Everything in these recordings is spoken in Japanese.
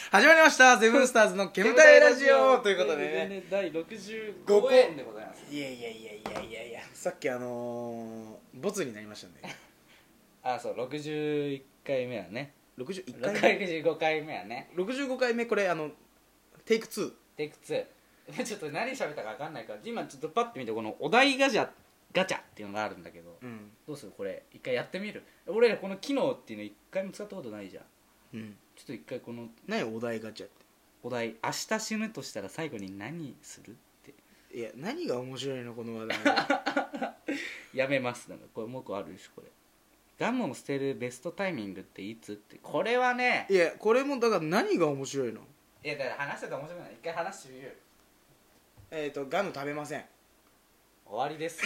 始まりましたセブンスターズの煙たいラジオということでね、 第65円でございます。 いやさっきボツになりましたね。 そう61回目はね、 61回目 65回目はね、 65回目、これテイク2。 テイク2ちょっと何喋ったか分かんないから今ちょっとパッて見て、このお題ガチャっていうのがあるんだけど、どうする？これ一回やってみる？俺らこの機能っていうの一回も使ったことないじゃん。ちょっと一回この何お題ガチャって。 お題、明日死ぬとしたら最後に何するって。 いや、何が面白いのこの話題。 やめます。なんかこれもう一個あるし、これガムを捨てるベストタイミングっていつって。これはね、 いやこれもだから何が面白いの？ いやだから話してたら面白くない？一回話してみる。 ガム食べません。 終わりです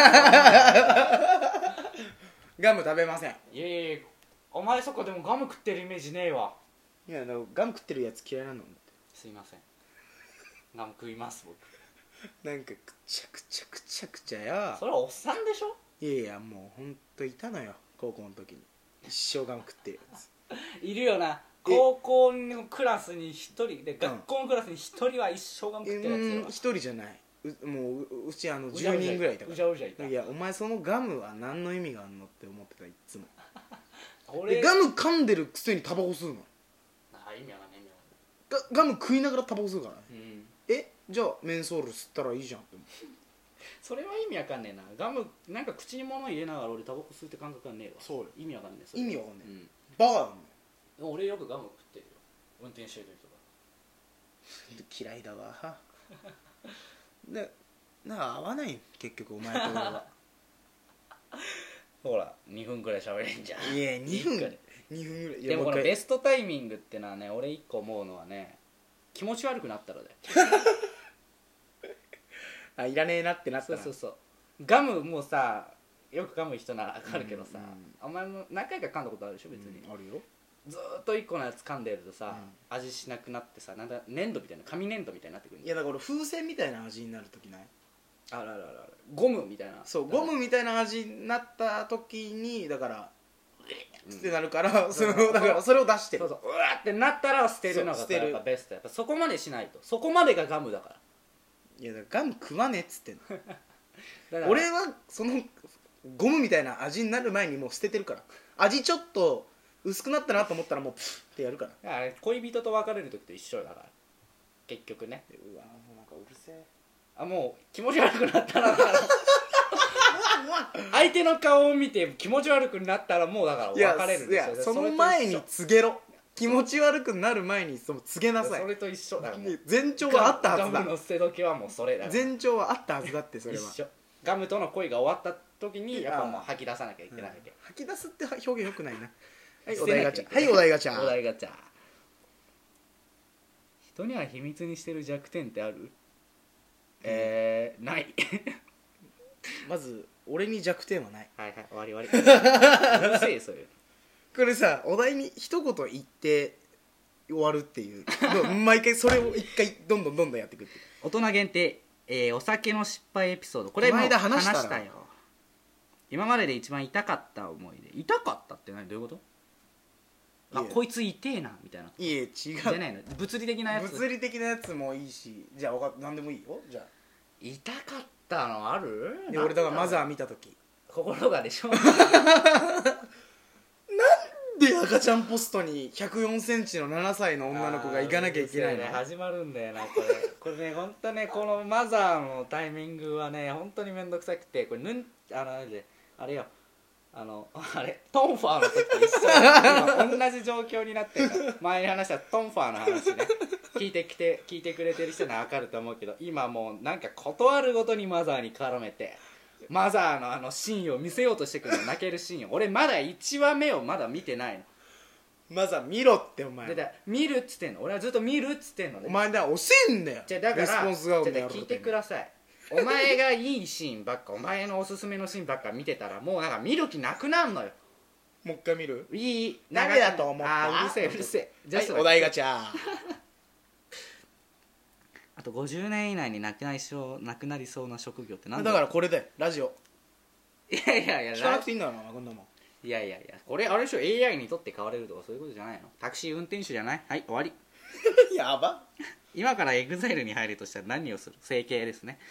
ガム食べません。 いやお前そこでもガム食ってるイメージねえわ。 いやガム食ってるやつ嫌いなの。 すいません、ガム食います僕。 なんかくちゃくちゃや。 それはおっさんでしょ。 いやもうほんといたのよ、高校の時に一生ガム食ってるやついるよな。高校のクラスに一人で、学校のクラスに一人は一生ガム食ってるやつよ。 一人じゃない、もううち10人ぐらいいたから。 うじゃいた。 いやお前そのガムは何の意味があんのって思ってた、いつも。 俺ガム噛んでるくせにタバコ吸うの。 意味わかんない。 ガム食いながらタバコ吸うからね、 うん、 じゃあメンソール吸ったらいいじゃんって思う。 それは意味わかんねえな。ガムなんか口に物入れながら俺タバコ吸うって感覚はねえわ。 そうよ、 意味わかんねえ。 意味わかんない、バカだもん。 俺よくガム食ってるよ、運転してる時とか。 嫌いだわで合わない結局お前と俺はほら2分くらい喋れんじゃん。 いや2分ぐらい。 でもこのベストタイミングってのはね、俺1個思うのはね、気持ち悪くなったらだよいらねえなってなったら。 そうガムもさ、よく噛む人なら分かるけどさ、お前も何回か噛んだことあるでしょ別に。 あるよ。 ずーっと1個のやつ噛んでるとさ、味しなくなってさ、なんだ粘土みたいな、紙粘土みたいになってくる。 いやだから風船みたいな味になるときない？ あらゴムみたいな。 そう、ゴムみたいな味になった時にだからってなるから、だからそれを出してる。 うわーってなったら捨てるのがやっぱベスト。やっぱそこまでしないと。そこまでがガムだから。 いやだからガム食わねえっつってんのだから俺はそのゴムみたいな味になる前にもう捨ててるから。味ちょっと薄くなったなと思ったらもうプッってやるから。 あれ恋人と別れる時と一緒だから結局ね。 うわもうなんかうるせえ。 もう気持ち悪くなったらだから相手の顔を見て気持ち悪くなったらもうだから別れるんですよ。 いやその前に告げろ。気持ち悪くなる前に告げなさい。 それと一緒だから。 前兆はあったはずだ。 ガムの捨て時はもうそれだから。 前兆はあったはずだって。それは一緒。ガムとの恋が終わった時にやっぱもう吐き出さなきゃいけないわけ。 吐き出すって表現よくないな。はいお題ガチャ。 はいお題ガチャ。 お題ガチャ。人には秘密にしてる弱点ってある？ないまず俺に弱点はない。 はい終わりうるせえそれ。 これさ、お題に一言言って終わるっていう毎回それを一回どんどんやっていくっていう。 大人限定、お酒の失敗エピソード。これも話したよ。今までで一番痛かった思い出。痛かったって何？どういうこと？こいつ痛えなみたいな。 いえ違うじゃないの、物理的なやつ。 物理的なやつもいいし、じゃあ何でもいいよ。じゃあ痛かったのある？ で俺だからマザー見た時心がでしょなんで赤ちゃんポストに104センチの7歳の女の子が行かなきゃいけないの？ 始まるんだよなこれね、本当ね、このマザーのタイミングはね本当に面倒くさくて、これあれよ、あれトンファーの時と一緒。今同じ状況になってるから。前に話したトンファーの話ね、聞いてくれてる人には分かると思うけど、今もうなんか断るごとにマザーに絡めて、マザーのシーンを見せようとしてくるの、泣けるシーンを。俺まだ1話目をまだ見てないの。 マザー見ろってお前。 で見るっつってんの。俺はずっと見るっつってんのね。 お前だ押せんだよ。 じゃだからレスポンスが聞いてください。お前がいいシーンばっか、お前のおすすめのシーンばっか見てたらもうなんか見る気なくなんのよ。 もう一回見る？ いい誰だと思った？ うるせえ。 じゃあお題ガチャ。 あと50年以内になくなりそうな職業って何だからこれでラジオ。 いや聞かなくていいんだよなこんなもん。 いやこれあれでしょ、 AI にとって変われるとかそういうことじゃないの？タクシー運転手じゃない？はい終わり。 やば今からエグザイルに入るとしたら何をする？整形ですね。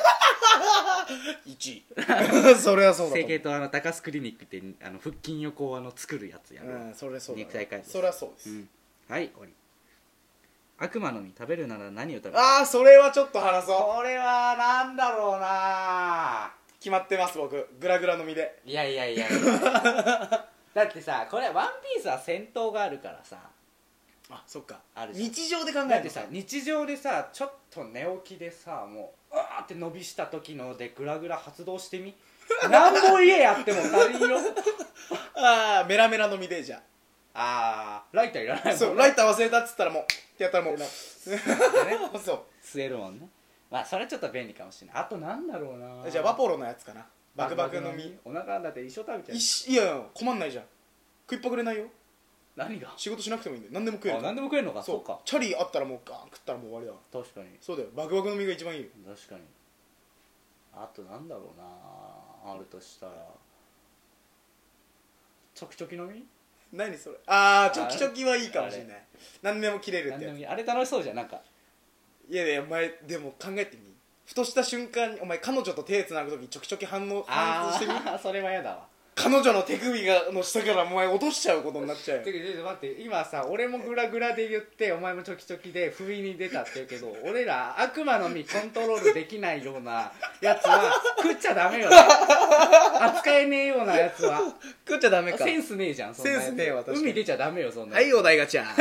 1位それはそうだと思う。 整形と高須クリニックって腹筋をこう作るやつやる、 それそうだ、 肉体改造。 それはそうです、 はい終わり。悪魔の実食べるなら何を食べる？ それはちょっと話そう。 これはなんだろうな。 決まってます。僕グラグラの実で。 いやだってさ、これワンピースは戦闘があるからさ、 そっか、 あるじゃん。 日常で考えるとだってさ、日常でさ、ちょっと寝起きでさ、もうって伸びした時のでグラグラ発動してみ。なんぼ家やっても足りんよ。 メラメラの実で。じゃライターいらないもんね。 そう、ライター忘れたっつったらもうってやったらもうそう吸えるもんね。まあそれちょっと便利かもしれない。あとなんだろうな。 じゃあワポロのやつかな。バクバクの実。 お腹だって一生食べちゃう。 いや困んないじゃん。食いっぱぐれないよ。 何が？ 仕事しなくてもいいんで何でも食える。 何でも食えるのか。 そうか。チャリあったらもうガン食ったらもう終わりだわ。 確かに。 そうだよ、バクバクの実が一番いいよ。 確かに。あとなんだろうな、あるとしたらチョキチョキの実。 何それ。チョキチョキはいいかもしれない。何でも切れるってやつ。 あれ楽しそうじゃん。なんかいやお前でも考えてみ。ふとした瞬間にお前彼女と手つなぐときチョキチョキ反応してみ。 それは嫌だわ。 彼女の手首の下からお前落としちゃうことになっちゃうよ。 てか待って、今さ、俺もグラグラで言ってお前もチョキチョキで不意に出たって言うけど、俺ら悪魔の実コントロールできないようなやつは食っちゃダメよね。扱えねえようなやつは食っちゃダメか。 センスねえじゃん。そんなやつセンスねえわ。確かに海出ちゃダメよそんな。 はい、お題ガチャ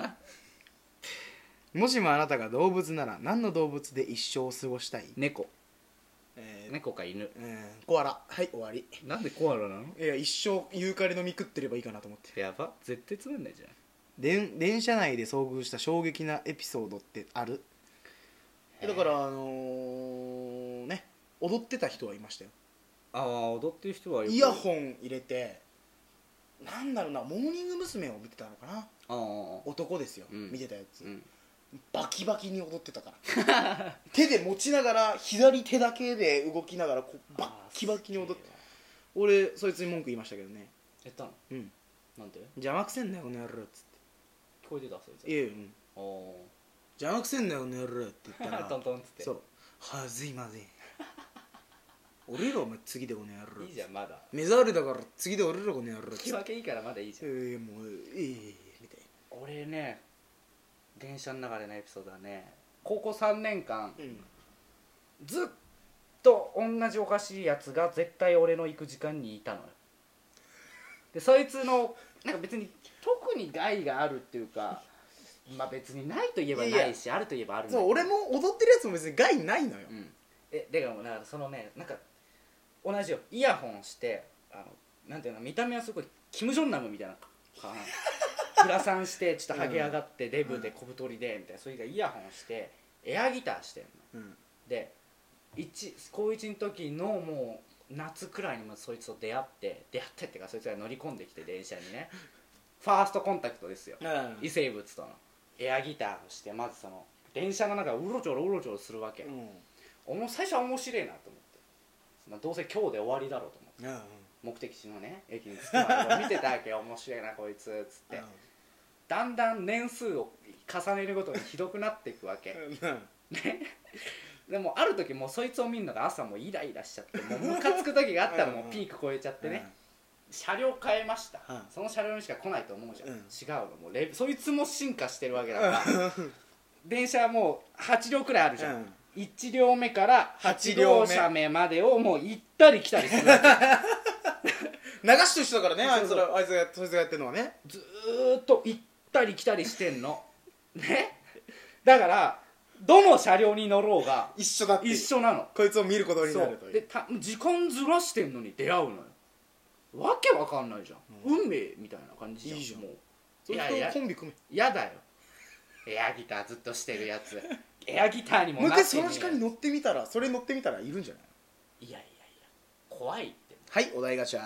もしもあなたが動物なら何の動物で一生を過ごしたい？ 猫。猫か犬。 コアラ。はい、終わり。 なんでコアラなの？ いや、一生ユーカリの実食ってればいいかなと思って。 やば、絶対つまんないじゃん。 電車内で遭遇した衝撃なエピソードってある？だからね、踊ってた人はいましたよ。 踊ってる人はイヤホン入れて、なんだろうな、モーニング娘。を見てたのかな。男ですよ、見てたやつ、バキバキに踊ってたから手で持ちながら左手だけで動きながらこうバッキバキに踊って、俺そいつに文句言いましたけどね。 やったの？なんで？ 邪魔くせんなよこの野郎っつって。 聞こえてたそいつ？ いや邪魔くせんなよこの野郎って言ったらトントンっつって、 そうはずいまぜん降りろお前次でこの野郎。 いいじゃん、まだ目障りだから次で降りろこの野郎。 聞き分けいいからまだいいじゃん。 もうみたいな。 俺ね、電車の中でのエピソードはね、高校3年間、ずっと同じおかしいやつが絶対俺の行く時間にいたのよ。でそいつのなんか別に特に害があるっていうか、まあ別にないといえばないし、あるといえばあるんだけど。 そう、俺も踊ってるやつも別に害ないのよ。 だからそのね、なんか同じよ、イヤホンしてなんていうの、見た目はすごいキム・ジョンナムみたいなグラサンしてちょっとハゲ上がってデブで小太りでみたいな、それがイヤホンしてエアギターしてんの、で高1の時のもう夏くらいにもそいつと出会ってっていうか、そいつが乗り込んできて電車にね、ファーストコンタクトですよ、異生物との。エアギターをしてまずその電車の中をうろちょろするわけ、最初は面白いなと思って、どうせ今日で終わりだろうと思って、目的地のね駅に着くまで見てたわけよ。面白いなこいつっつって、だんだん年数を重ねるごとにひどくなっていくわけね。でもある時もうそいつを見るのが朝もうイライラしちゃって、もうムカつく時があったらもうピーク超えちゃってね、車両変えました、その車両にしか来ないと思うじゃん、違うの、もうそいつも進化してるわけだから電車はもう8両くらいあるじゃん、1両目から8両車目までをもう行ったり来たりするわけ流しと一緒だからね、そいつがやってるのはね、 ずーっと行ったり来たりしてんのね。だからどの車両に乗ろうが一緒だって、 一緒なの。 こいつを見ることになるという。 で時間ずらしてんのに出会うのよ。わけわかんないじゃん、運命みたいな感じじゃん。 いいじゃん、 もうそいつとコンビ組め。 やだよ、エアギターずっとしてるやつエアギターにももうなって一回その時間に乗ってみたら、それ乗ってみたらいるんじゃない？ いや怖いって。 はい、お題ガチャ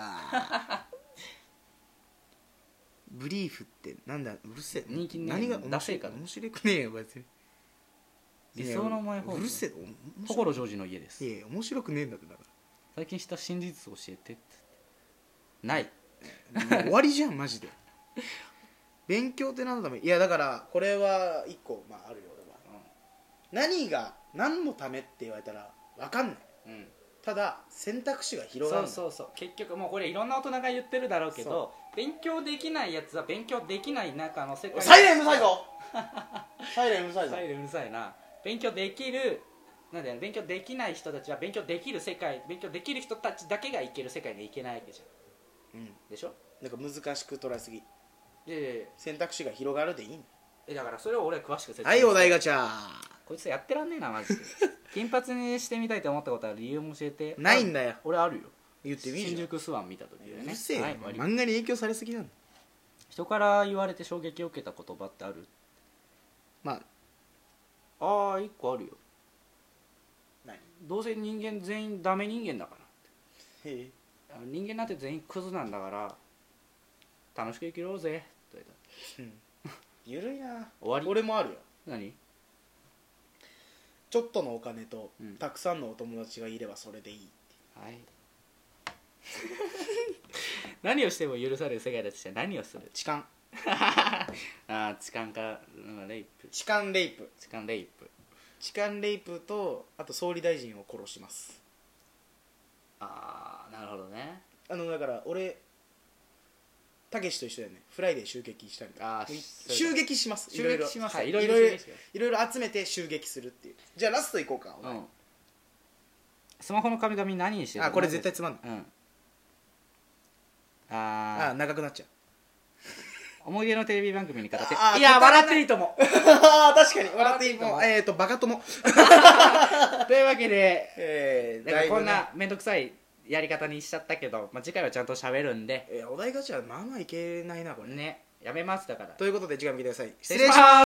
ブリーフってなんだ、うるせえ、 人気ね、 何がダセえから面白くねえよ別に。 理想のマイホーム、 うるせえ、 所ジョージの家です。 いや面白くねえんだって。だか最近知った真実を教えてってないらもう終わりじゃんマジで勉強って何のため？いやだからこれは一個、まあ、あるよ俺は、何が何のためって言われたら分かんない、ただ選択肢が広がる。 そう結局もうこれいろんな大人が言ってるだろうけど、勉強できないやつは勉強できない中の世界。 サイレンうるさいぞサイレンうるさいぞ。 サイレンうるさいな。勉強できるなんだよ、勉強できない人たちは勉強できる世界、勉強できる人たちだけが行ける世界に行けないわけじゃん、でしょ。 なんか難しく捉えすぎ。 で選択肢が広がるでいいんだ。 だからそれを俺は詳しく説明はい、お題ガチャ。 こいつやってらんねえなマジで金髪にしてみたいと思ったことは理由も教えて。 ないんだよ。 俺あるよ。 言ってみる。 新宿スワン見た時でね。 うるせえよ、 はい、 漫画に影響されすぎなの。 人から言われて衝撃を受けた言葉ってある？ まあ一個あるよ。 何？ どうせ人間全員ダメ人間だから。 へえ。 人間なんて全員クズなんだから楽しく生きろうぜと言った。 ゆるいな。 終わり。 俺もあるよ。 何？ ちょっとのお金と、 うんたくさんのお友達がいればそれでいい。 はい何をしても許される世界だとしたら何をする？ 痴漢。 痴漢かレイプ。 痴漢レイプ。 痴漢レイプ。 痴漢レイプと、あと総理大臣を殺します。 なるほどね。 だから俺たけしと一緒だよね。フライデー襲撃したりとか。 そういう襲撃します。 襲撃します。 はい、 いろいろ集めて襲撃するっていう。じゃあラストいこうか。 スマホの神々何にしてる？ これ絶対つまんない。長くなっちゃう。 思い出のテレビ番組に語って。 いや、 笑っていいと思う。 確かに笑っていいと思う。バカ友というわけで、 だいぶね、 こんなめんどくさいやり方にしちゃったけど、次回はちゃんと喋るんで、 お題ガチャまあまあいけないなこれね、やめますだから。 ということで次回も見てください。 失礼します。